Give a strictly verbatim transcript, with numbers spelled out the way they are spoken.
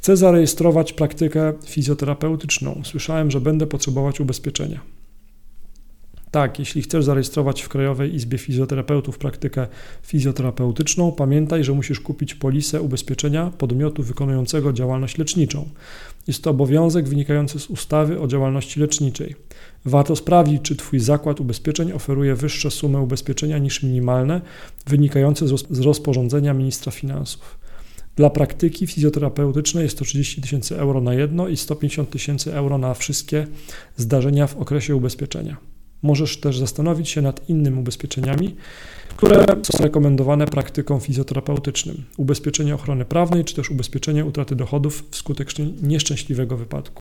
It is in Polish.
Chcę zarejestrować praktykę fizjoterapeutyczną. Słyszałem, że będę potrzebować ubezpieczenia. Tak, jeśli chcesz zarejestrować w Krajowej Izbie Fizjoterapeutów praktykę fizjoterapeutyczną, pamiętaj, że musisz kupić polisę ubezpieczenia podmiotu wykonującego działalność leczniczą. Jest to obowiązek wynikający z ustawy o działalności leczniczej. Warto sprawdzić, czy Twój zakład ubezpieczeń oferuje wyższe sumy ubezpieczenia niż minimalne wynikające z rozporządzenia ministra finansów. Dla praktyki fizjoterapeutycznej jest to trzydzieści tysięcy euro na jedno i sto pięćdziesiąt tysięcy euro na wszystkie zdarzenia w okresie ubezpieczenia. Możesz też zastanowić się nad innymi ubezpieczeniami, które są rekomendowane praktyką fizjoterapeutycznym. Ubezpieczenie ochrony prawnej, czy też ubezpieczenie utraty dochodów wskutek nieszczęśliwego wypadku.